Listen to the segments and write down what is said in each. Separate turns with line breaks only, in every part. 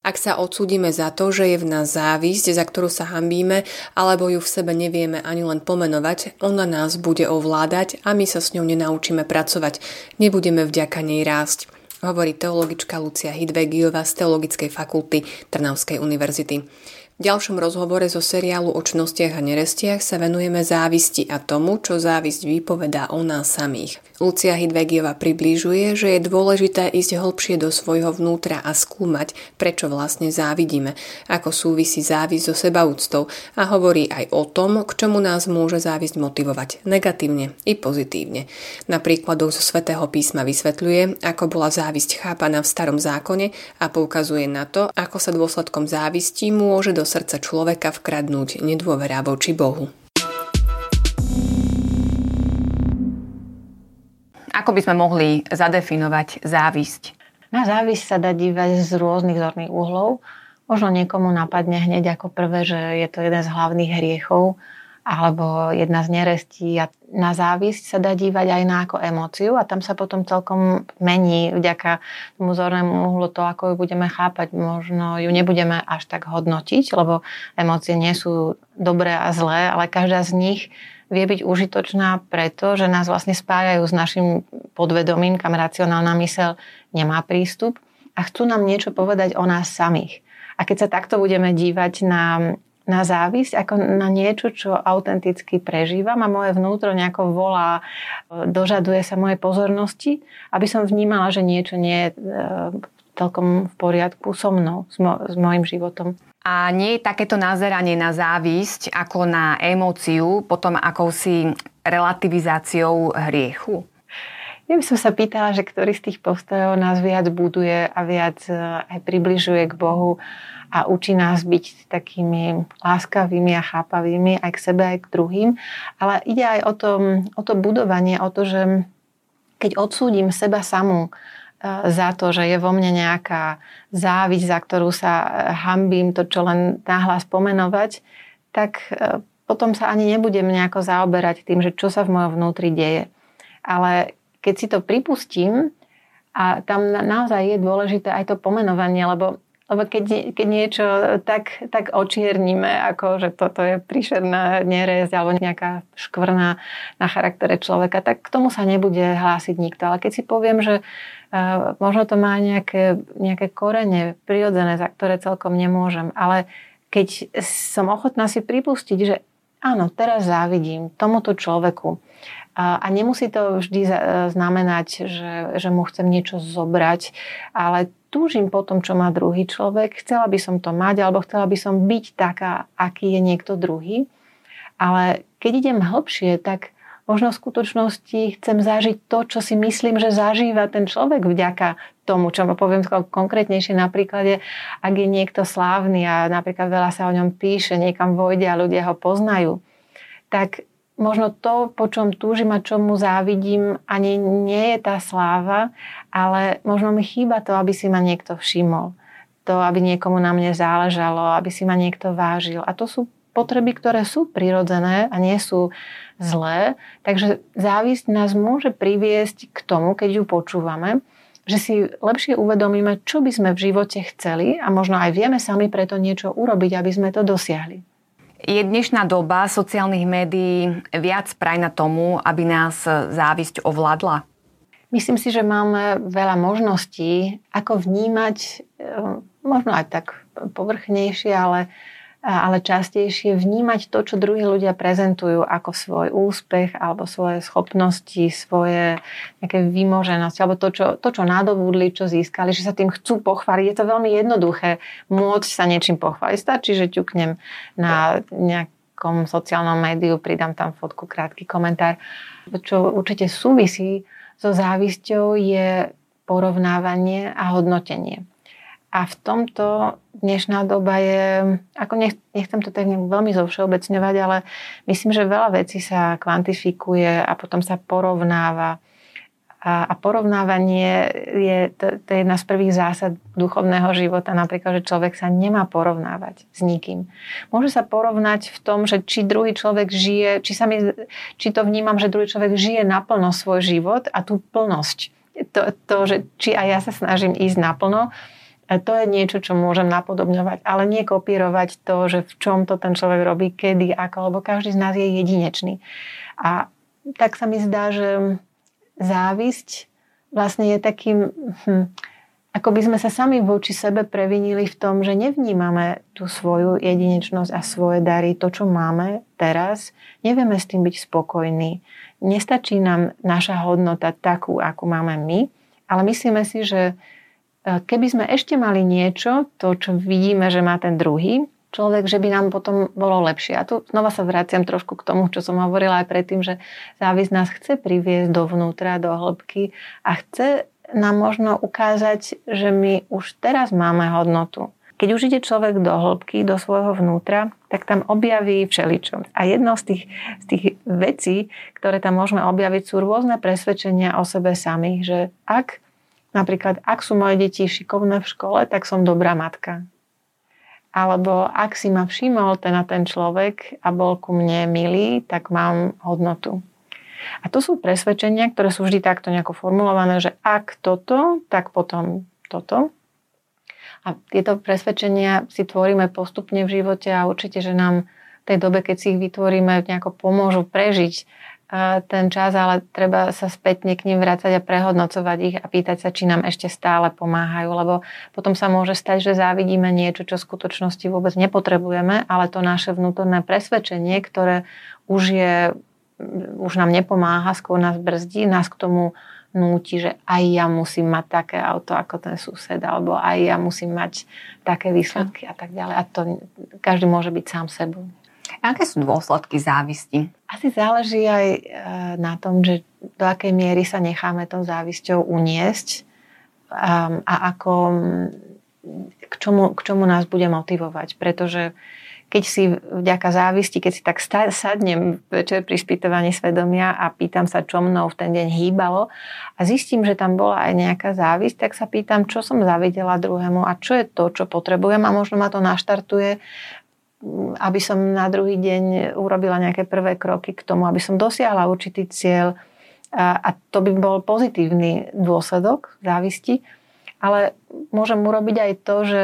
Ak sa odsúdime za to, že je v nás závisť, za ktorú sa hanbíme, alebo ju v sebe nevieme ani len pomenovať, ona nás bude ovládať a my sa s ňou nenaučíme pracovať. Nebudeme vďaka nej rásť, hovorí teologička Lucia Hidvegiová z Teologickej fakulty Trnavskej univerzity. V ďalšom rozhovore zo seriálu O čnostiach a nerestiach sa venujeme závisti a tomu, čo závisť vypovedá o nás samých. Lucia Hidvegiová približuje, že je dôležité ísť hlbšie do svojho vnútra a skúmať, prečo vlastne závidíme, ako súvisí závisť so sebaúctou a hovorí aj o tom, k čomu nás môže závisť motivovať negatívne i pozitívne. Na príkladoch zo Svätého písma vysvetľuje, ako bola závisť chápaná v Starom zákone a poukazuje na to, ako sa dôsledkom závisti môže do srdca človeka vkradnúť nedôvera voči Bohu.
Ako by sme mohli zadefinovať závisť?
Na závisť sa dá dívať z rôznych zorných uhlov. Možno niekomu napadne hneď ako prvé, že je to jeden z hlavných hriechov alebo jedna z nerestí. A na závisť sa dá dívať aj na ako emóciu a tam sa potom celkom mení vďaka tomu zornému uhlu to, ako ju budeme chápať. Možno ju nebudeme až tak hodnotiť, lebo emócie nie sú dobré a zlé, ale každá z nich vie byť užitočná preto, že nás vlastne spájajú s našim podvedomím, kam racionálna myseľ nemá prístup a chcú nám niečo povedať o nás samých. A keď sa takto budeme dívať na závisť, ako na niečo, čo autenticky prežívam a moje vnútro nejako volá, dožaduje sa mojej pozornosti, aby som vnímala, že niečo nie je celkom v poriadku so mnou, s mojím životom.
A nie je takéto nazeranie na závisť ako na emóciu, potom akousi relativizáciou hriechu?
Ja by som sa pýtala, že ktorý z tých postojov nás viac buduje a viac aj približuje k Bohu a učí nás byť takými láskavými a chápavými aj k sebe, aj k druhým. Ale ide aj o to budovanie, o to, že keď odsúdim seba samú za to, že je vo mne nejaká závisť, za ktorú sa hanbím, to, čo len nahlas pomenovať, tak potom sa ani nebudem nejako zaoberať tým, že čo sa v mojom vnútri deje. Ale keď si to pripustím, a tam naozaj je dôležité aj to pomenovanie, lebo keď niečo tak očierníme, ako že toto je príšerná neresť alebo nejaká škvrna na charaktere človeka, tak k tomu sa nebude hlásiť nikto. Ale keď si poviem, že možno to má nejaké korene prirodzené, za ktoré celkom nemôžem, ale keď som ochotná si pripustiť, že áno, teraz závidím tomuto človeku, a nemusí to vždy znamenať, že mu chcem niečo zobrať, ale túžim po tom, čo má druhý človek. Chcela by som to mať, alebo chcela by som byť taká, aký je niekto druhý. Ale keď idem hlbšie, tak možno v skutočnosti chcem zažiť to, čo si myslím, že zažíva ten človek vďaka tomu, čo poviem konkrétnejšie na príklade, ak je niekto slávny a napríklad veľa sa o ňom píše, niekam vojde a ľudia ho poznajú, tak možno to, po čom túžim a čomu závidím, ani nie je tá sláva, ale možno mi chýba to, aby si ma niekto všimol. To, aby niekomu na mne záležalo, aby si ma niekto vážil. A to sú potreby, ktoré sú prirodzené a nie sú zlé. Takže závisť nás môže priviesť k tomu, keď ju počúvame, že si lepšie uvedomíme, čo by sme v živote chceli a možno aj vieme sami preto niečo urobiť, aby sme to dosiahli.
Je dnešná doba sociálnych médií viac prajná tomu, aby nás závisť ovládla?
Myslím si, že máme veľa možností, ako vnímať, možno aj tak povrchnejšie, ale častejšie vnímať to, čo druhí ľudia prezentujú ako svoj úspech alebo svoje schopnosti, svoje nejaké vymoženosti alebo to, čo nadobudli, čo získali, že sa tým chcú pochváliť. Je to veľmi jednoduché môcť sa niečím pochváliť. Stačí, že ťuknem na nejakom sociálnom médiu, pridám tam fotku, krátky komentár. Čo určite súvisí so závisťou je porovnávanie a hodnotenie. A v tomto dnešná doba je, ako nechcem to tak veľmi zovšeobecňovať, ale myslím, že veľa vecí sa kvantifikuje a potom sa porovnáva. A porovnávanie to je jedna z prvých zásad duchovného života, napríklad, že človek sa nemá porovnávať s nikým. Môže sa porovnať v tom, že či druhý človek žije, či to vnímam, že druhý človek žije naplno svoj život a tú plnosť. Že či aj ja sa snažím ísť naplno, A to je niečo, čo môžem napodobňovať, ale nie kopírovať to, že v čom to ten človek robí, kedy, ako, lebo každý z nás je jedinečný. A tak sa mi zdá, že závisť vlastne je takým, ako by sme sa sami voči sebe previnili v tom, že nevnímame tú svoju jedinečnosť a svoje dary, to, čo máme teraz, nevieme s tým byť spokojní. Nestačí nám naša hodnota takú, akú máme my, ale myslíme si, že keby sme ešte mali niečo, to, čo vidíme, že má ten druhý človek, že by nám potom bolo lepšie. A tu znova sa vraciam trošku k tomu, čo som hovorila aj predtým, že závisť nás chce priviesť dovnútra, do hĺbky a chce nám možno ukázať, že my už teraz máme hodnotu. Keď už ide človek do hĺbky, do svojho vnútra, tak tam objaví všeličo. A jednou z tých vecí, ktoré tam môžeme objaviť, sú rôzne presvedčenia o sebe samých, že ak sú moje deti šikovné v škole, tak som dobrá matka. Alebo ak si ma všimol ten človek a bol ku mne milý, tak mám hodnotu. A to sú presvedčenia, ktoré sú vždy takto nejako formulované, že ak toto, tak potom toto. A tieto presvedčenia si tvoríme postupne v živote a určite, že nám v tej dobe, keď si ich vytvoríme, nejako pomôžu prežiť ten čas, ale treba sa spätne k nim vrácať a prehodnocovať ich a pýtať sa, či nám ešte stále pomáhajú, lebo potom sa môže stať, že závidíme niečo, čo v skutočnosti vôbec nepotrebujeme, ale to naše vnútorné presvedčenie, ktoré už nám nepomáha, skôr nás brzdí, nás k tomu núti, že aj ja musím mať také auto ako ten sused, alebo aj ja musím mať také výsledky a tak ďalej. A to každý môže byť sám sebou.
Aké sú dôsledky závisti?
Asi záleží aj na tom, že do akej miery sa necháme tou závisťou uniesť a ako, k čomu nás bude motivovať. Pretože keď si vďaka závisti, keď si tak sadnem večer pri spýtovaní svedomia a pýtam sa, čo mnou v ten deň hýbalo a zistím, že tam bola aj nejaká závisť, tak sa pýtam, čo som zavidela druhému a čo je to, čo potrebujem a možno ma to naštartuje, aby som na druhý deň urobila nejaké prvé kroky k tomu, aby som dosiahla určitý cieľ a to by bol pozitívny dôsledok závisti, ale môžem urobiť aj to, že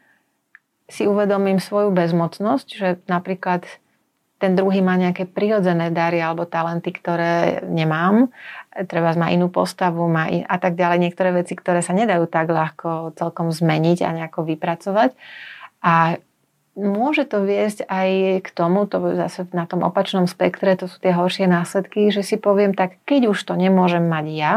si uvedomím svoju bezmocnosť, že napríklad ten druhý má nejaké prirodzené dary alebo talenty, ktoré nemám. Treba má inú postavu a tak ďalej. Niektoré veci, ktoré sa nedajú tak ľahko celkom zmeniť a nejako vypracovať. A môže to viesť aj k tomu, to zase na tom opačnom spektre, to sú tie horšie následky, že si poviem, tak keď už to nemôžem mať ja,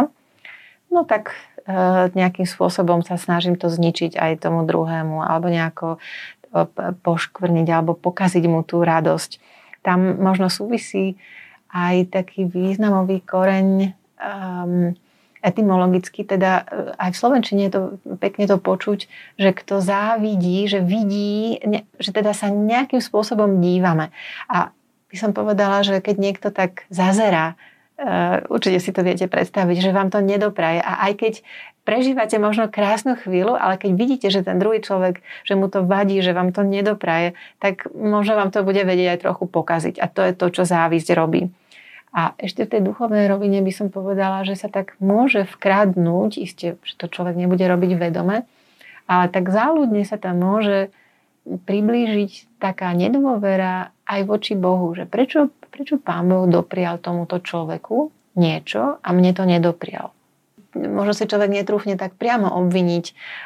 no tak nejakým spôsobom sa snažím to zničiť aj tomu druhému alebo nejako poškvrniť alebo pokaziť mu tú radosť. Tam možno súvisí aj taký významový koreň etymologicky, teda aj v slovenčine je to pekne to počuť, že kto závidí, že vidí, že teda sa nejakým spôsobom dívame. A by som povedala, že keď niekto tak zazerá, určite si to viete predstaviť, že vám to nedopraje. A aj keď prežívate možno krásnu chvíľu, ale keď vidíte, že ten druhý človek, že mu to vadí, že vám to nedopraje, tak možno vám to bude vedieť aj trochu pokaziť. A to je to, čo závisť robí. A ešte v tej duchovnej rovine by som povedala, že sa tak môže vkradnúť, isté, že to človek nebude robiť vedome, ale tak záľudne sa tam môže priblížiť taká nedôvera aj voči Bohu, že prečo Pán Boh doprial tomuto človeku niečo a mne to nedoprial. Možno si človek netrúfne tak priamo obviniť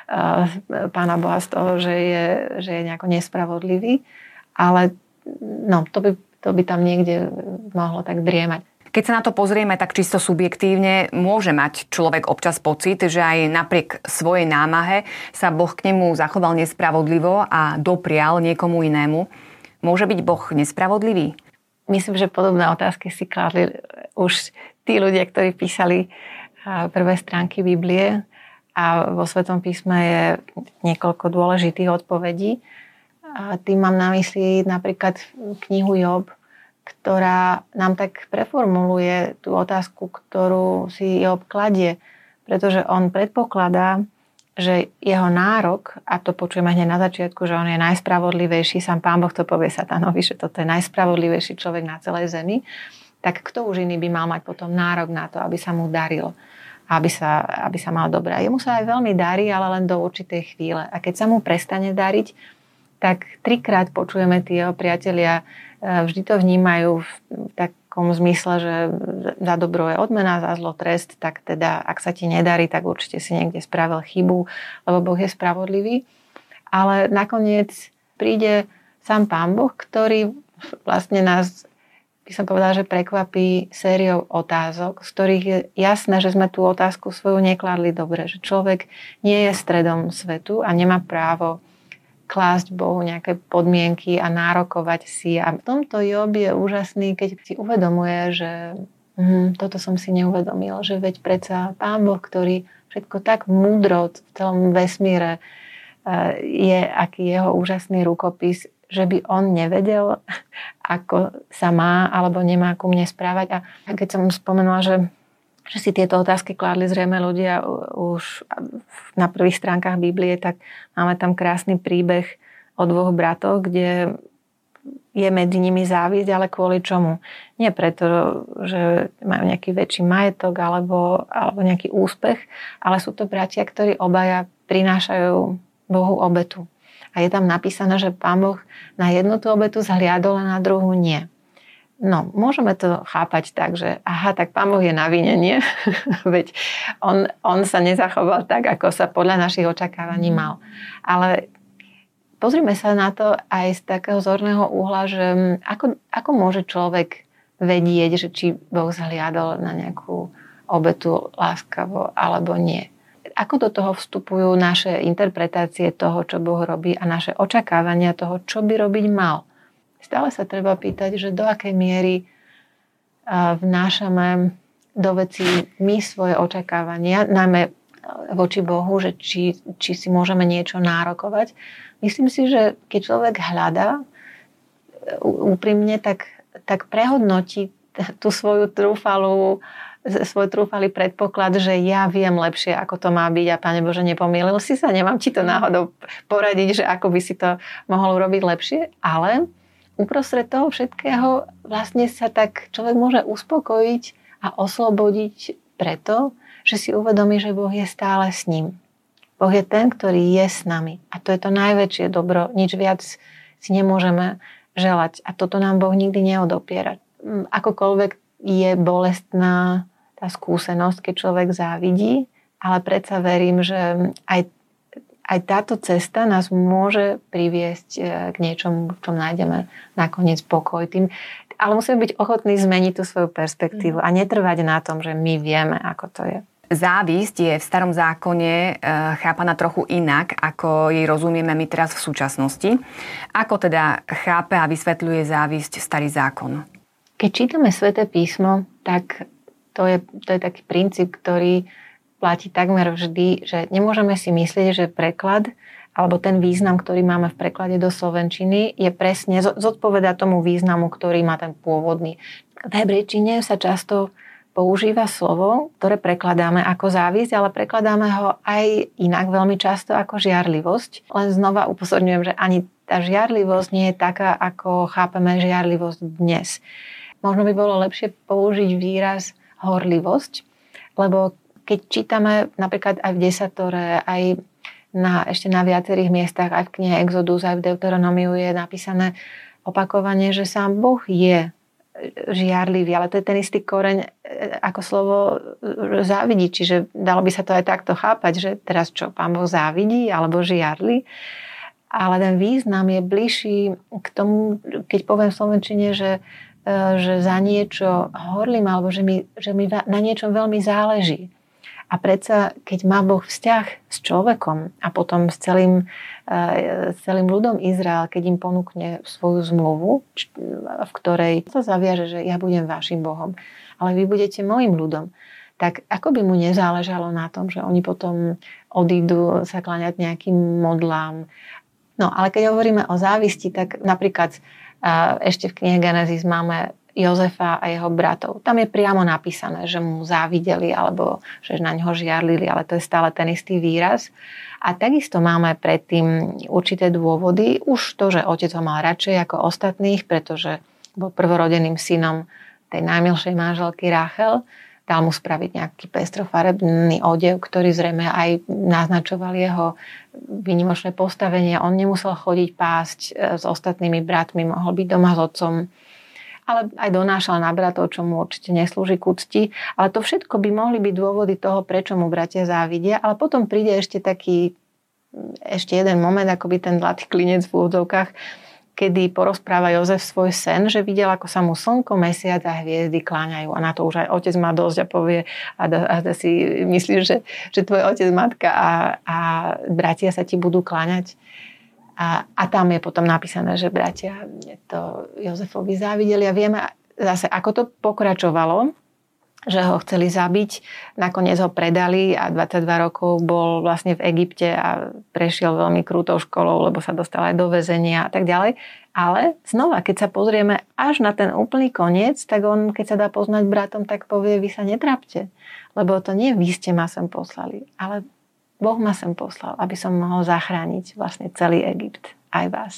Pána Boha z toho, že je nejako nespravodlivý, ale no, to by tam niekde mohlo tak driemať.
Keď sa na to pozrieme tak čisto subjektívne, môže mať človek občas pocit, že aj napriek svojej námahe sa Boh k nemu zachoval nespravodlivo a doprial niekomu inému. Môže byť Boh nespravodlivý?
Myslím, že podobné otázky si kládli už tí ľudia, ktorí písali prvé stránky Biblie a vo Svetom písme je niekoľko dôležitých odpovedí. A tým mám na mysli napríklad knihu Job, ktorá nám tak preformuluje tú otázku, ktorú si Job kladie, pretože on predpokladá, že jeho nárok, a to počujeme hneď na začiatku, že on je najspravodlivejší, sám Pán Boh to povie Satanovi, že toto je najspravodlivejší človek na celej zemi, tak kto už iný by mal mať potom nárok na to, aby sa mu darilo. aby sa mal dobre. A jemu sa aj veľmi darí, ale len do určitej chvíle. A keď sa mu prestane dariť, tak 3-krát počujeme tí jeho priatelia, vždy to vnímajú v takom zmysle, že za dobro je odmena, za zlo trest, tak teda ak sa ti nedarí, tak určite si niekde spravil chybu, lebo Boh je spravodlivý. Ale nakoniec príde sám Pán Boh, ktorý vlastne nás, by som povedala, že prekvapí sériou otázok, z ktorých je jasné, že sme tú otázku svoju nekladli dobre, že človek nie je stredom svetu a nemá právo klásť Bohu nejaké podmienky a nárokovať si. A v tomto Job je úžasný, keď si uvedomuje, že toto som si neuvedomil, že veď predsa Pán Boh, ktorý všetko tak múdro v celom vesmíre je, aký jeho úžasný rukopis, že by on nevedel, ako sa má alebo nemá ku mne správať. A keď som spomenula, že si tieto otázky kládli zrejme ľudia už na prvých stránkach Biblie, tak máme tam krásny príbeh o 2 bratoch, kde je medzi nimi závisť, ale kvôli čomu? Nie preto, že majú nejaký väčší majetok alebo nejaký úspech, ale sú to bratia, ktorí obaja prinášajú Bohu obetu. A je tam napísané, že Pán Boh na jednu tú obetu zhliadol a na druhú nie. No, môžeme to chápať tak, že tak Pán Boh je na vine, nie? Veď on sa nezachoval tak, ako sa podľa našich očakávaní mal. Ale pozrime sa na to aj z takého zorného uhla, že ako môže človek vedieť, že či Boh zhliadol na nejakú obetu láskavo alebo nie. Ako do toho vstupujú naše interpretácie toho, čo Boh robí a naše očakávania toho, čo by robiť mal. Stále sa treba pýtať, že do akej miery vnášame do vecí my svoje očakávania, najmä voči Bohu, že či si môžeme niečo nárokovať. Myslím si, že keď človek hľadá úprimne, tak prehodnotí tú svoj trúfalý predpoklad, že ja viem lepšie, ako to má byť a Pane Bože, nepomýlil si sa, nemám ti to náhodou poradiť, že ako by si to mohol urobiť lepšie, ale uprostred toho všetkého vlastne sa tak človek môže uspokojiť a oslobodiť preto, že si uvedomí, že Boh je stále s ním. Boh je ten, ktorý je s nami a to je to najväčšie dobro, nič viac si nemôžeme želať a toto nám Boh nikdy neodopiera. Akokoľvek je bolestná tá skúsenosť, keď človek závidí, ale predsa verím, že aj táto cesta nás môže priviesť k niečomu, v čom nájdeme nakoniec pokoj. Ale musíme byť ochotní zmeniť tú svoju perspektívu a netrvať na tom, že my vieme, ako to je.
Závisť je v starom zákone chápaná trochu inak, ako jej rozumieme my teraz v súčasnosti. Ako teda chápe a vysvetľuje závisť starý zákon?
Keď čítame Sväté písmo, tak to je taký princíp, ktorý platí takmer vždy, že nemôžeme si myslieť, že preklad alebo ten význam, ktorý máme v preklade do slovenčiny, je presne zodpovedá tomu významu, ktorý má ten pôvodný. V hebrejčine sa často používa slovo, ktoré prekladáme ako závisť, ale prekladáme ho aj inak veľmi často ako žiarlivosť. Len znova upozorňujem, že ani tá žiarlivosť nie je taká, ako chápeme žiarlivosť dnes. Možno by bolo lepšie použiť výraz horlivosť, lebo keď čítame napríklad aj v Desatore, aj ešte na viacerých miestach, aj v knihe Exodus, aj v Deuteronomiu je napísané opakovane, že sám Boh je žiarlivý, ale to je ten istý koreň ako slovo závidí, čiže dalo by sa to aj takto chápať, že teraz čo, Pán Boh závidí alebo žiarli, ale ten význam je bližší k tomu, keď poviem v slovenčine, že za niečo horlím alebo že mi na niečom veľmi záleží. A predsa, keď má Boh vzťah s človekom a potom s celým ľudom Izrael, keď im ponúkne svoju zmluvu, v ktorej sa zaviaže, že ja budem vašim Bohom, ale vy budete mojim ľudom, tak ako by mu nezáležalo na tom, že oni potom odídu sa kláňať nejakým modlám. No, ale keď hovoríme o závisti, tak napríklad ešte v knihe Genesis máme Jozefa a jeho bratov. Tam je priamo napísané, že mu závideli alebo že na ňoho žiarlili, ale to je stále ten istý výraz. A takisto máme predtým určité dôvody. Už to, že otec ho mal radšej ako ostatných, pretože bol prvorodeným synom tej najmilšej manželky Rachel, dal mu spraviť nejaký pestrofarebný odev, ktorý zrejme aj naznačoval jeho výnimočné postavenie. On nemusel chodiť pásť s ostatnými bratmi, mohol byť doma s otcom, ale aj donášal na bratov, čo mu určite neslúži k úcti. Ale to všetko by mohli byť dôvody toho, prečo mu bratia závidia. Ale potom príde ešte jeden moment, akoby ten zlatý klinec v úvodzovkách, kedy porozpráva Jozef svoj sen, že videl, ako sa mu slnko, mesiac a hviezdy kláňajú. A na to už aj otec má dosť a povie, a si myslíš, že tvoj otec, matka a bratia sa ti budú kláňať. A tam je potom napísané, že bratia to Jozefovi závideli a vieme zase, ako to pokračovalo, že ho chceli zabiť, nakoniec ho predali a 22 rokov bol vlastne v Egypte a prešiel veľmi krútou školou, lebo sa dostal aj do väzenia a tak ďalej. Ale znova, keď sa pozrieme až na ten úplný koniec, tak on, keď sa dá poznať bratom, tak povie, vy sa netrápte, lebo to nie vy ste ma sem poslali, ale Boh ma sem poslal, aby som mohol zachrániť vlastne celý Egypt, aj vás.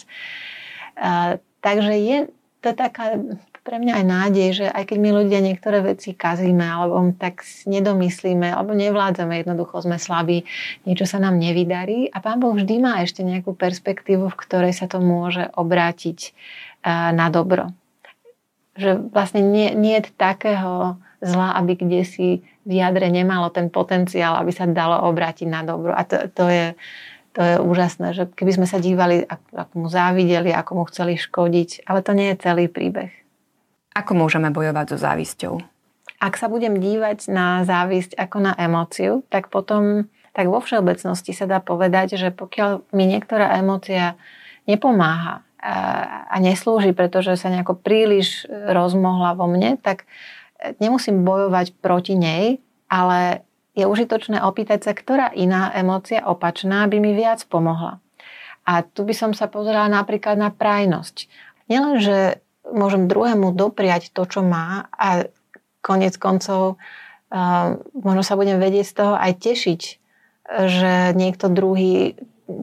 Takže je to taká pre mňa aj nádej, že aj keď my ľudia niektoré veci kazíme, alebo tak nedomyslíme, alebo nevládzame, jednoducho sme slabí, niečo sa nám nevydarí a Pán Boh vždy má ešte nejakú perspektívu, v ktorej sa to môže obrátiť na dobro. Že vlastne nie je takého zla, aby kdesi v jadre nemalo ten potenciál, aby sa dalo obrátiť na dobro. A to je úžasné, že keby sme sa dívali, ako mu závideli, ako mu chceli škodiť, ale to nie je celý príbeh.
Ako môžeme bojovať so závisťou?
Ak sa budem dívať na závisť ako na emóciu, tak potom, tak vo všeobecnosti sa dá povedať, že pokiaľ mi niektorá emócia nepomáha a neslúži, pretože sa nejako príliš rozmohla vo mne, tak nemusím bojovať proti nej, ale je užitočné opýtať sa, ktorá iná emócia opačná by mi viac pomohla. A tu by som sa pozerala napríklad na prajnosť. Nielen, že môžem druhému dopriať to, čo má a koniec koncov možno sa budem vedieť z toho aj tešiť, že niekto druhý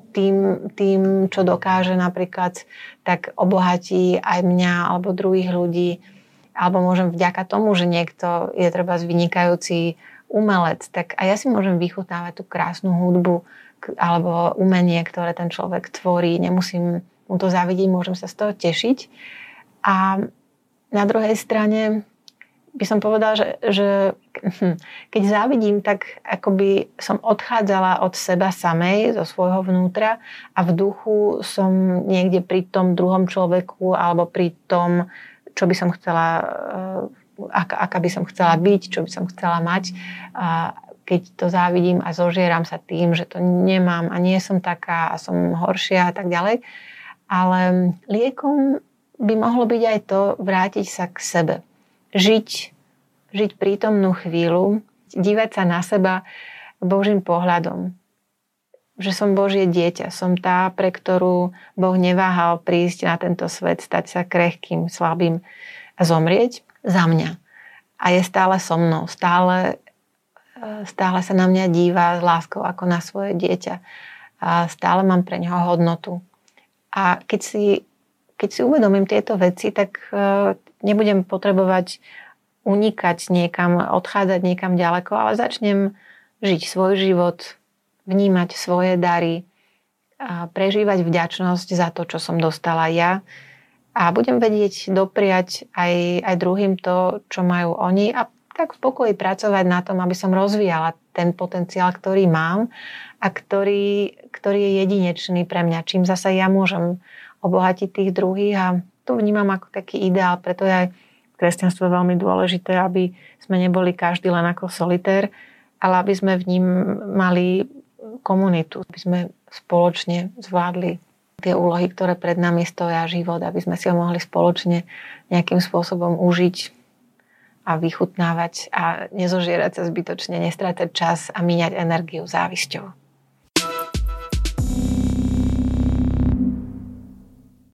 tým, čo dokáže napríklad, tak obohatí aj mňa alebo druhých ľudí. Alebo môžem vďaka tomu, že niekto je treba vynikajúci umelec, tak a ja si môžem vychutnávať tú krásnu hudbu alebo umenie, ktoré ten človek tvorí. Nemusím mu to závidieť, môžem sa z toho tešiť. A na druhej strane by som povedala, že keď závidím, tak akoby som odchádzala od seba samej, zo svojho vnútra a v duchu som niekde pri tom druhom človeku alebo pri tom, čo by som chcela, aká by som chcela byť, čo by som chcela mať. A keď to závidím a zožieram sa tým, že to nemám a nie som taká a som horšia a tak ďalej. Ale liekom by mohlo byť aj to vrátiť sa k sebe. Žiť prítomnú chvíľu, dívať sa na seba Božím pohľadom. Že som Božie dieťa, som tá, pre ktorú Boh neváhal prísť na tento svet, stať sa krehkým, slabým a zomrieť za mňa. A je stále so mnou, stále sa na mňa díva s láskou ako na svoje dieťa. A stále mám pre neho hodnotu. A keď si uvedomím tieto veci, tak nebudem potrebovať unikať niekam, odchádzať niekam ďaleko, ale začnem žiť svoj život, vnímať svoje dary, a prežívať vďačnosť za to, čo som dostala ja a budem vedieť dopriať aj druhým to, čo majú oni a tak v pokoji pracovať na tom, aby som rozvíjala ten potenciál, ktorý mám a ktorý je jedinečný pre mňa, čím zasa ja môžem obohatiť tých druhých a to vnímam ako taký ideál, preto je aj v kresťanstve veľmi dôležité, aby sme neboli každý len ako solitér, ale aby sme v ním mali komunitu, aby sme spoločne zvládli tie úlohy, ktoré pred nami stoja, život, aby sme si ho mohli spoločne nejakým spôsobom užiť a vychutnávať a nezožierať sa zbytočne, nestrácať čas a míňať energiu závisťou.